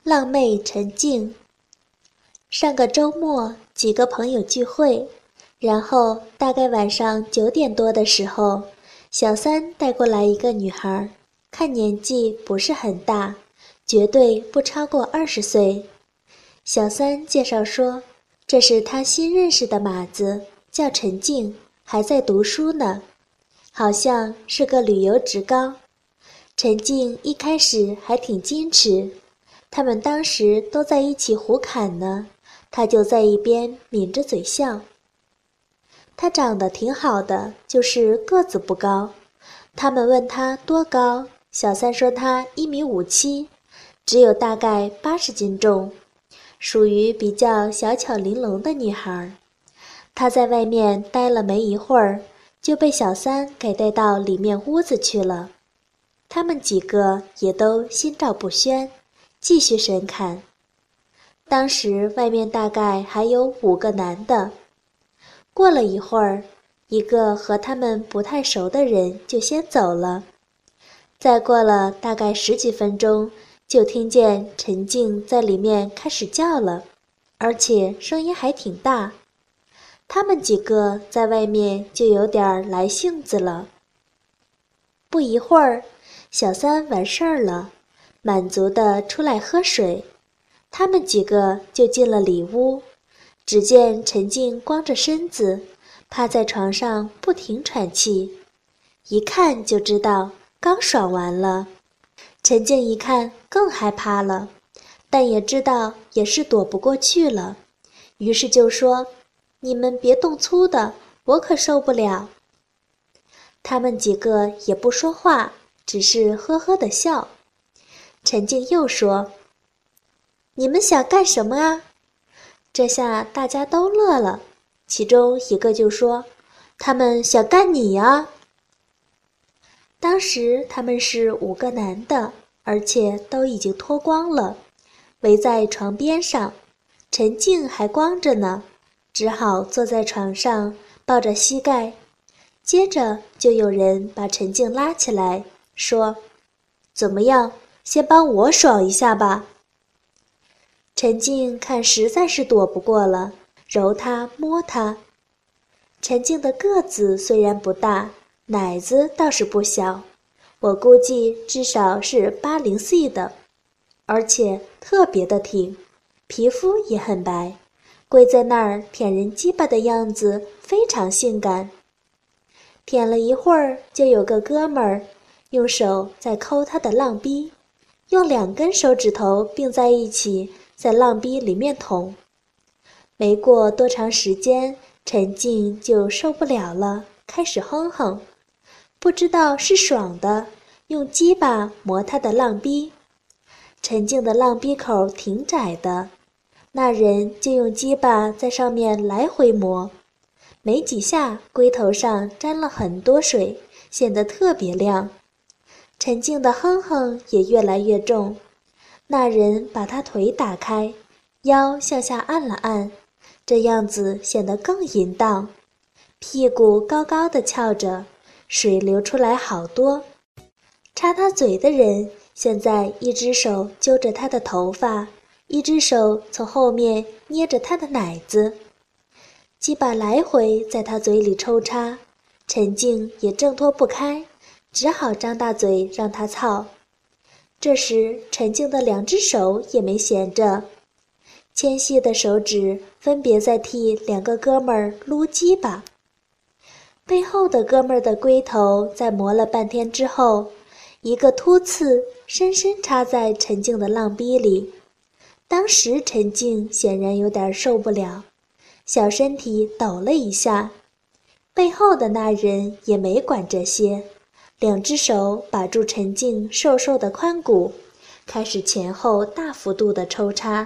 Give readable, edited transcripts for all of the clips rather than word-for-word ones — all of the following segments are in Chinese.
浪妹陈静。上个周末几个朋友聚会，然后大概晚上9点多的时候，小三带过来一个女孩，看年纪不是很大，绝对不超过20岁。小三介绍说，这是他新认识的马子，叫陈静，还在读书呢，好像是个旅游职高。陈静一开始还挺矜持，他们当时都在一起胡侃呢，他就在一边抿着嘴笑。他长得挺好的，就是个子不高。他们问他多高，小三说他1.57米，只有大概80斤重，属于比较小巧玲珑的女孩。她在外面待了没一会儿，就被小三给带到里面屋子去了。他们几个也都心照不宣，继续神侃。当时外面大概还有5个男的。过了一会儿，一个和他们不太熟的人就先走了。再过了大概10几分钟，就听见陈静在里面开始叫了，而且声音还挺大。他们几个在外面就有点来兴子了。不一会儿，小三完事儿了，满足地出来喝水，他们几个就进了里屋。只见陈静光着身子，趴在床上不停喘气，一看就知道刚爽完了。陈静一看更害怕了，但也知道也是躲不过去了，于是就说：“你们别动粗的，我可受不了。”他们几个也不说话，只是呵呵地笑。陈静又说：“你们想干什么啊？”这下大家都乐了，其中一个就说：“他们想干你呀！”当时他们是5个男的，而且都已经脱光了，围在床边上，陈静还光着呢，只好坐在床上抱着膝盖。接着就有人把陈静拉起来，说：“怎么样，先帮我爽一下吧。”陈静看实在是躲不过了，揉他摸他。陈静的个子虽然不大，奶子倒是不小，我估计至少是80C的，而且特别的挺，皮肤也很白，跪在那儿舔人鸡巴的样子非常性感。舔了一会儿，就有个哥们儿用手在抠他的浪逼，用2根手指头并在一起，在浪逼里面捅。没过多长时间，陈静就受不了了，开始哼哼，不知道是爽的，用鸡巴磨他的浪逼。陈静的浪逼口挺窄的，那人就用鸡巴在上面来回磨，没几下龟头上沾了很多水，显得特别亮。陈静的哼哼也越来越重，那人把他腿打开，腰向下按了按，这样子显得更淫荡，屁股高高的翘着，水流出来好多。插他嘴的人现在一只手揪着他的头发，一只手从后面捏着他的奶子，鸡巴来回在他嘴里抽插，陈静也挣脱不开，只好张大嘴让他操。这时陈静的2只手也没闲着，纤细的手指分别在替2个哥们儿撸鸡巴。背后的哥们儿的龟头在磨了半天之后，一个突刺深深插在陈静的浪逼里。当时陈静显然有点受不了，小身体抖了一下。背后的那人也没管这些，2只手把住陈静瘦瘦的髋骨，开始前后大幅度的抽插。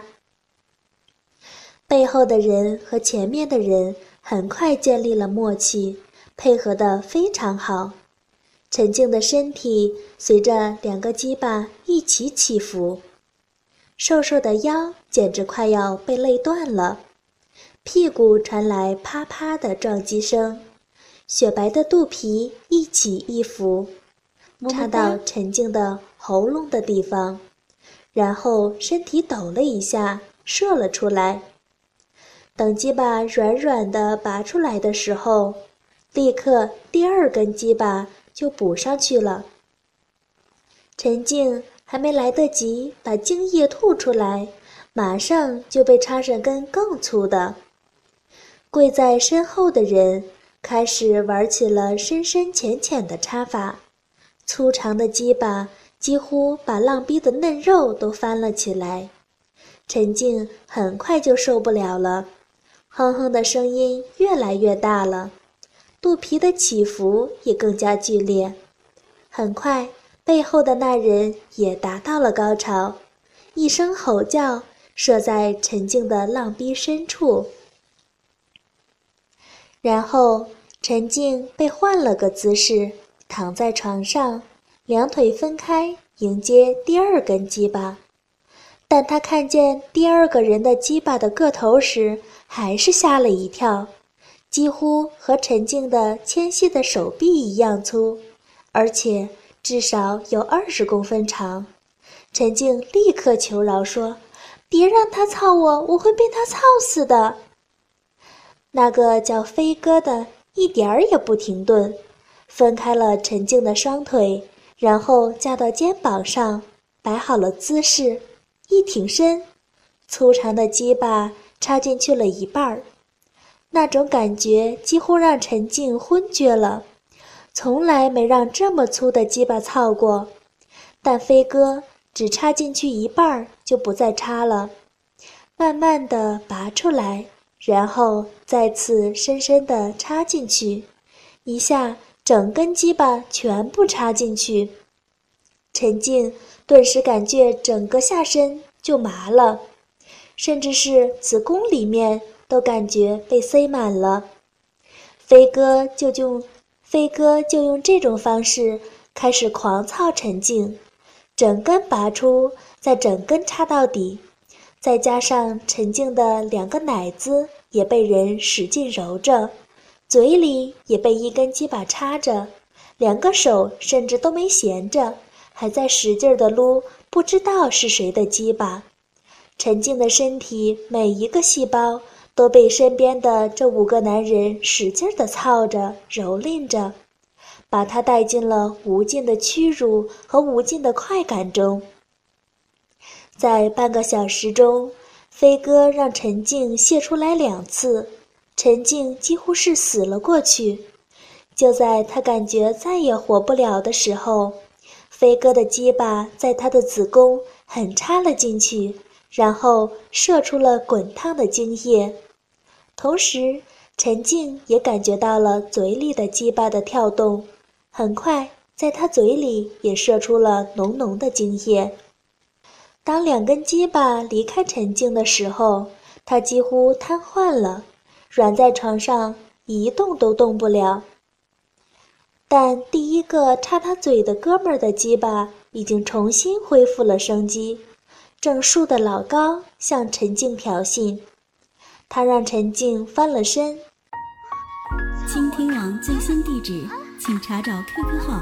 背后的人和前面的人很快建立了默契，配合得非常好。陈静的身体随着2个鸡巴一起起伏，瘦瘦的腰简直快要被勒断了，屁股传来啪啪的撞击声，雪白的肚皮一起一伏，插到陈静的喉咙的地方， 然后身体抖了一下，射了出来。等鸡巴软软的拔出来的时候，立刻第二根鸡巴就补上去了。陈静还没来得及把精液吐出来，马上就被插上根更粗的。跪在身后的人开始玩起了深深浅浅的插法，粗长的鸡巴几乎把浪逼的嫩肉都翻了起来。陈静很快就受不了了，哼哼的声音越来越大了，肚皮的起伏也更加剧烈。很快，背后的那人也达到了高潮，一声吼叫射在陈静的浪逼深处。然后陈静被换了个姿势，躺在床上，两腿分开迎接第二根鸡巴。但他看见第二个人的鸡巴的个头时，还是吓了一跳，几乎和陈静的纤细的手臂一样粗，而且至少有20公分长。陈静立刻求饶说：“别让他操我，我会被他操死的。”那个叫飞哥的一点儿也不停顿，分开了陈静的双腿，然后架到肩膀上，摆好了姿势，一挺身，粗长的鸡巴插进去了一半儿。那种感觉几乎让陈静昏厥了，从来没让这么粗的鸡巴操过。但飞哥只插进去一半儿就不再插了，慢慢地拔出来，然后再次深深地插进去，一下整根鸡巴全部插进去。陈静顿时感觉整个下身就麻了，甚至是子宫里面都感觉被塞满了。飞哥就用这种方式开始狂操陈静，整根拔出，再整根插到底，再加上陈静的2个奶子也被人使劲揉着，嘴里也被一根鸡巴插着，2个手甚至都没闲着，还在使劲地撸不知道是谁的鸡巴。陈静的身体每一个细胞都被身边的这5个男人使劲地操着蹂躏着，把他带进了无尽的屈辱和无尽的快感中。在半个小时中，飞哥让陈静泄出来2次，陈静几乎是死了过去。就在他感觉再也活不了的时候，飞哥的鸡巴在他的子宫狠插了进去，然后射出了滚烫的精液。同时，陈静也感觉到了嘴里的鸡巴的跳动，很快在他嘴里也射出了浓浓的精液。当2根鸡巴离开陈静的时候，他几乎瘫痪了，软在床上一动都动不了。但第一个插他嘴的哥们儿的鸡巴已经重新恢复了生机，正竖得老高向陈静挑衅。他让陈静翻了身。 倾听网最新地址，请查找 QQ 号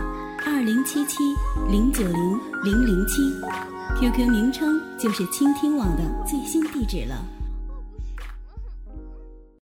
2077090007，QQ 名称就是倾听网的最新地址了。